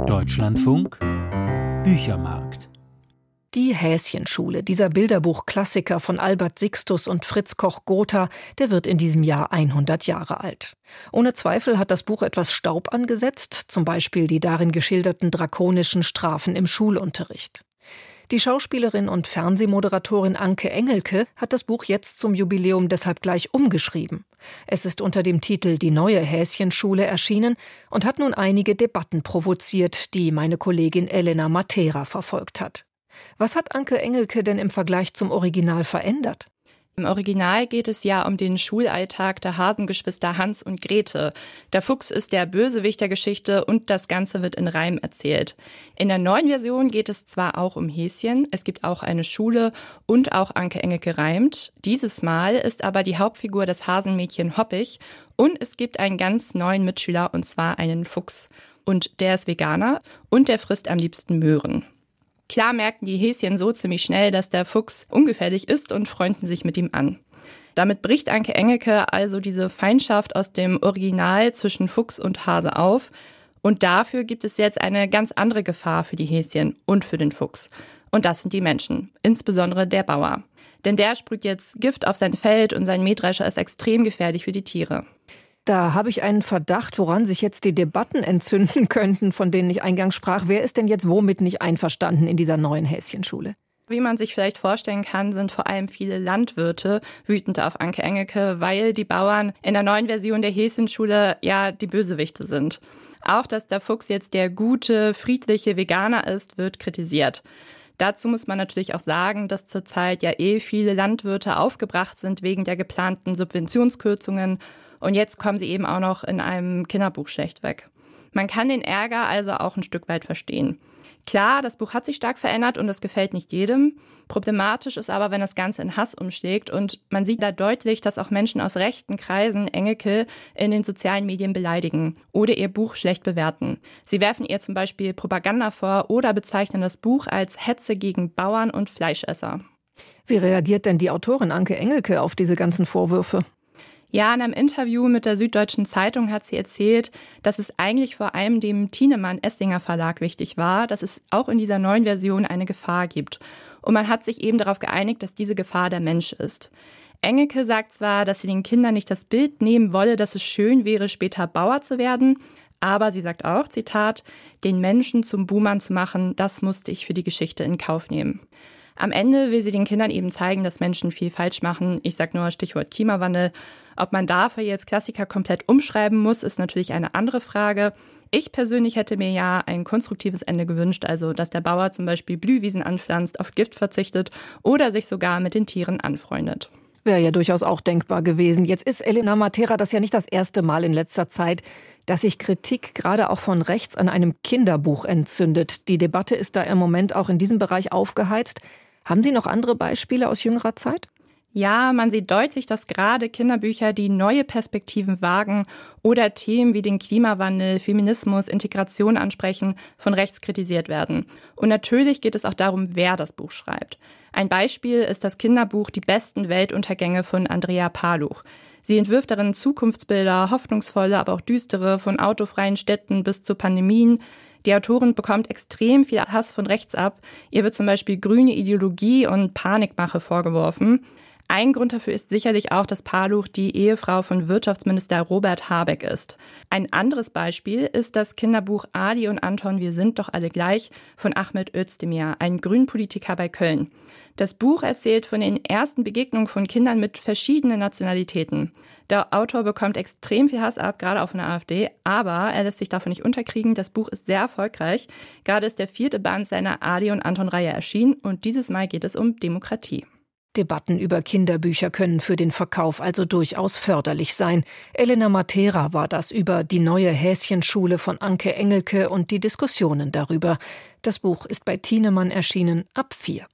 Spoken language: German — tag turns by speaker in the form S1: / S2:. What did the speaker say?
S1: Deutschlandfunk Büchermarkt.
S2: Die Häschenschule, dieser Bilderbuch-Klassiker von Albert Sixtus und Fritz Koch-Gotha, der wird in diesem Jahr 100 Jahre alt. Ohne Zweifel hat das Buch etwas Staub angesetzt, zum Beispiel die darin geschilderten drakonischen Strafen im Schulunterricht. Die Schauspielerin und Fernsehmoderatorin Anke Engelke hat das Buch jetzt zum Jubiläum deshalb gleich umgeschrieben. Es ist unter dem Titel »Die neue Häschenschule« erschienen und hat nun einige Debatten provoziert, die meine Kollegin Elena Matera verfolgt hat. Was hat Anke Engelke denn im Vergleich zum Original verändert?
S3: Im Original geht es ja um den Schulalltag der Hasengeschwister Hans und Grete. Der Fuchs ist der Bösewicht der Geschichte und das Ganze wird in Reim erzählt. In der neuen Version geht es zwar auch um Häschen, es gibt auch eine Schule und auch Anke Engelke reimt. Dieses Mal ist aber die Hauptfigur das Hasenmädchen Hoppig und es gibt einen ganz neuen Mitschüler und zwar einen Fuchs. Und der ist Veganer und der frisst am liebsten Möhren. Klar merken die Häschen so ziemlich schnell, dass der Fuchs ungefährlich ist und freunden sich mit ihm an. Damit bricht Anke Engelke also diese Feindschaft aus dem Original zwischen Fuchs und Hase auf. Und dafür gibt es jetzt eine ganz andere Gefahr für die Häschen und für den Fuchs. Und das sind die Menschen, insbesondere der Bauer. Denn der sprüht jetzt Gift auf sein Feld und sein Mähdrescher ist extrem gefährlich für die Tiere.
S2: Da habe ich einen Verdacht, woran sich jetzt die Debatten entzünden könnten, von denen ich eingangs sprach. Wer ist denn jetzt womit nicht einverstanden in dieser neuen Häschenschule?
S3: Wie man sich vielleicht vorstellen kann, sind vor allem viele Landwirte wütend auf Anke Engelke, weil die Bauern in der neuen Version der Häschenschule ja die Bösewichte sind. Auch, dass der Fuchs jetzt der gute, friedliche Veganer ist, wird kritisiert. Dazu muss man natürlich auch sagen, dass zurzeit ja viele Landwirte aufgebracht sind wegen der geplanten Subventionskürzungen. Und jetzt kommen sie eben auch noch in einem Kinderbuch schlecht weg. Man kann den Ärger also auch ein Stück weit verstehen. Klar, das Buch hat sich stark verändert und das gefällt nicht jedem. Problematisch ist aber, wenn das Ganze in Hass umschlägt und man sieht da deutlich, dass auch Menschen aus rechten Kreisen Engelke in den sozialen Medien beleidigen oder ihr Buch schlecht bewerten. Sie werfen ihr zum Beispiel Propaganda vor oder bezeichnen das Buch als Hetze gegen Bauern und Fleischesser.
S2: Wie reagiert denn die Autorin Anke Engelke auf diese ganzen Vorwürfe?
S3: Ja, in einem Interview mit der Süddeutschen Zeitung hat sie erzählt, dass es eigentlich vor allem dem Thienemann-Esslinger Verlag wichtig war, dass es auch in dieser neuen Version eine Gefahr gibt. Und man hat sich eben darauf geeinigt, dass diese Gefahr der Mensch ist. Engelke sagt zwar, dass sie den Kindern nicht das Bild nehmen wolle, dass es schön wäre, später Bauer zu werden, aber sie sagt auch, Zitat, den Menschen zum Buhmann zu machen, das musste ich für die Geschichte in Kauf nehmen. Am Ende will sie den Kindern eben zeigen, dass Menschen viel falsch machen. Ich sage nur Stichwort Klimawandel. Ob man dafür jetzt Klassiker komplett umschreiben muss, ist natürlich eine andere Frage. Ich persönlich hätte mir ja ein konstruktives Ende gewünscht, also dass der Bauer zum Beispiel Blühwiesen anpflanzt, auf Gift verzichtet oder sich sogar mit den Tieren anfreundet.
S2: Wäre ja durchaus auch denkbar gewesen. Jetzt ist Elena Matera das ja nicht das erste Mal in letzter Zeit, dass sich Kritik gerade auch von rechts an einem Kinderbuch entzündet. Die Debatte ist da im Moment auch in diesem Bereich aufgeheizt. Haben Sie noch andere Beispiele aus jüngerer Zeit?
S3: Ja, man sieht deutlich, dass gerade Kinderbücher, die neue Perspektiven wagen oder Themen wie den Klimawandel, Feminismus, Integration ansprechen, von rechts kritisiert werden. Und natürlich geht es auch darum, wer das Buch schreibt. Ein Beispiel ist das Kinderbuch Die besten Weltuntergänge von Andrea Paluch. Sie entwirft darin Zukunftsbilder, hoffnungsvolle, aber auch düstere, von autofreien Städten bis zu Pandemien. Die Autorin bekommt extrem viel Hass von rechts ab. Ihr wird zum Beispiel grüne Ideologie und Panikmache vorgeworfen. Ein Grund dafür ist sicherlich auch, dass Paluch die Ehefrau von Wirtschaftsminister Robert Habeck ist. Ein anderes Beispiel ist das Kinderbuch Ali und Anton, wir sind doch alle gleich von Ahmet Özdemir, ein Grünpolitiker bei Köln. Das Buch erzählt von den ersten Begegnungen von Kindern mit verschiedenen Nationalitäten. Der Autor bekommt extrem viel Hass ab, gerade auch von der AfD, aber er lässt sich davon nicht unterkriegen. Das Buch ist sehr erfolgreich. Gerade ist der 4. Band seiner Ali und Anton-Reihe erschienen und dieses Mal geht es um Demokratie.
S2: Debatten über Kinderbücher können für den Verkauf also durchaus förderlich sein. Elena Matera war das über die neue Häschenschule von Anke Engelke und die Diskussionen darüber. Das Buch ist bei Thienemann erschienen ab 4.